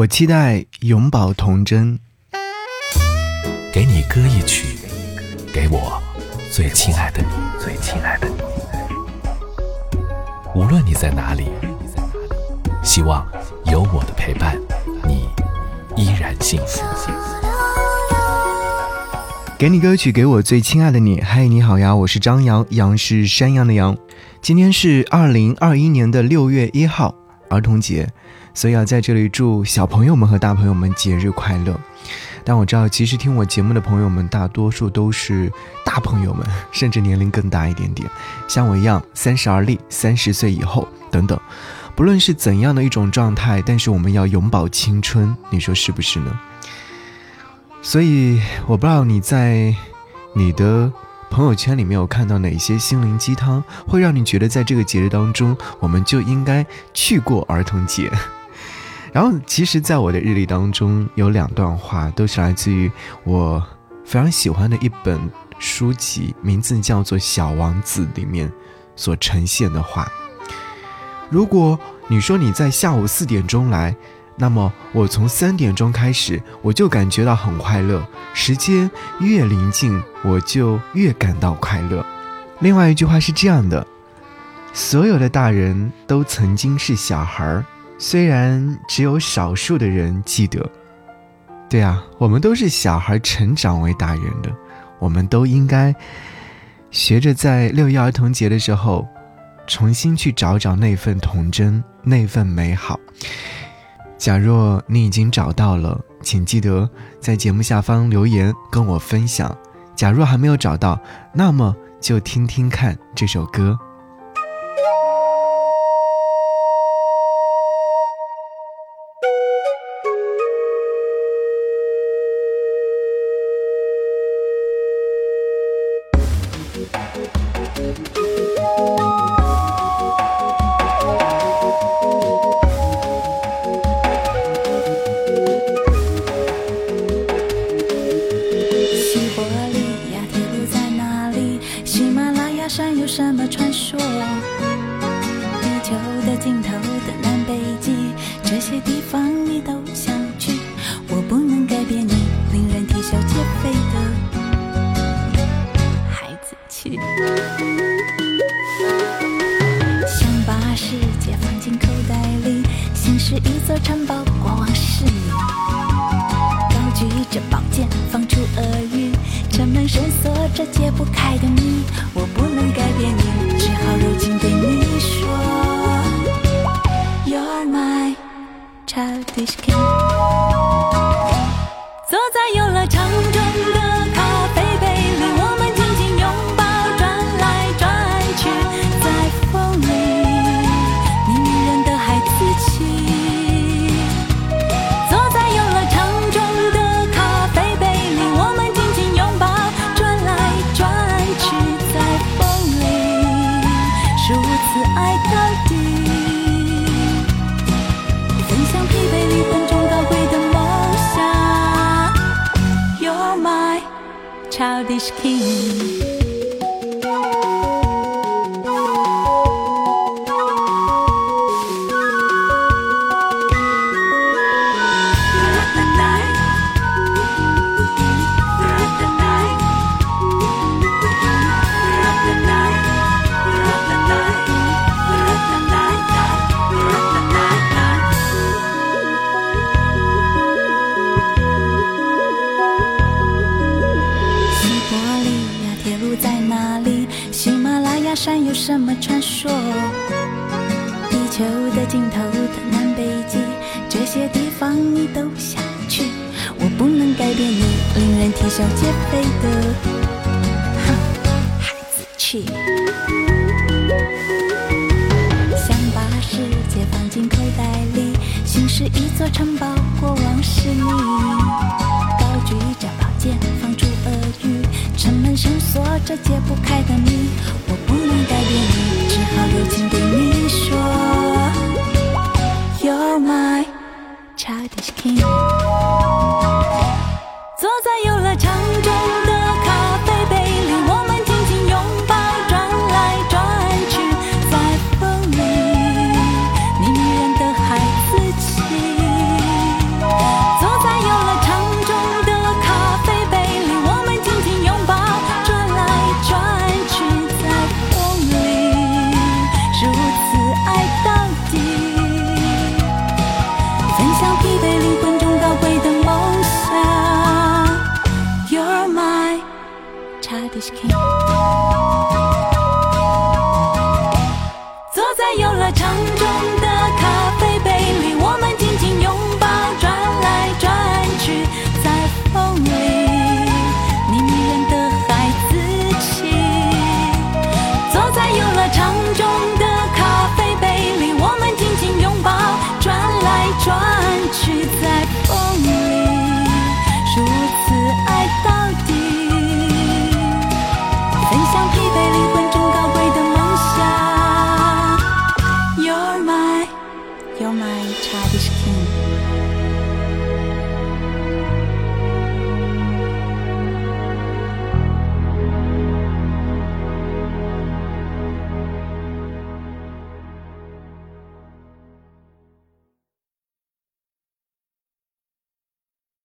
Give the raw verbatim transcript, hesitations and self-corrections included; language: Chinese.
我期待永葆童真。 给你歌一曲，给我最亲爱的你， 最亲爱的你。 无论你在哪里，希望有我的陪伴，你依然幸福。 给你歌曲，给我最亲爱的你。嗨，你好呀，我是张扬，杨是山羊的羊。今天是二零二一年的六月一号，儿童节，所以要在这里祝小朋友们和大朋友们节日快乐。但我知道，其实听我节目的朋友们大多数都是大朋友们，甚至年龄更大一点点，像我一样三十而立，三十岁以后等等。不论是怎样的一种状态，但是我们要永葆青春，你说是不是呢？所以我不知道你在你的朋友圈里面有看到哪些心灵鸡汤，会让你觉得在这个节日当中我们就应该去过儿童节。然后其实在我的日历当中有两段话，都是来自于我非常喜欢的一本书籍，名字叫做《小王子》里面所呈现的话。如果你说你在下午四点钟来，那么我从三点钟开始我就感觉到很快乐，时间越临近我就越感到快乐。另外一句话是这样的，所有的大人都曾经是小孩，虽然只有少数的人记得。对啊，我们都是小孩成长为大人的，我们都应该学着在六一儿童节的时候重新去找找那份童真，那份美好。假若你已经找到了，请记得在节目下方留言跟我分享。假若还没有找到，那么就听听看这首歌。 山有什么传说？地球的尽头的南北极，这些地方你都想去，我不能改变你令人啼笑皆非的孩子气。想把世界放进口袋里，心是一座城堡，国王是你。高举着宝剑，放出俄语，城门深锁着解不开的谜，我不能改变你，只好柔情对你说 You're my childish king。 坐在游乐场中的咖啡杯里，我们紧紧拥抱，转来转去，在风里你迷人的孩子气。坐在游乐场中的咖啡杯里，我们紧紧拥抱，转来转去，在风里是如此爱到底，分享疲惫灵魂中高贵的梦想。 You're my childish king。山有什么传说？地球的尽头的南北极，这些地方你都想去，我不能改变你令人啼笑皆非的哼孩子气。想把世界放进口袋里，心是一座城堡，国王是你。高举着宝剑，放出俄语，城门深锁着解不开的谜，我不能改变你，只好柔情对你说 You're my childish king。 坐在游乐场中的咖啡杯里，我们紧紧拥抱，转来转去，在风里你迷人的孩子气。 ich Kind.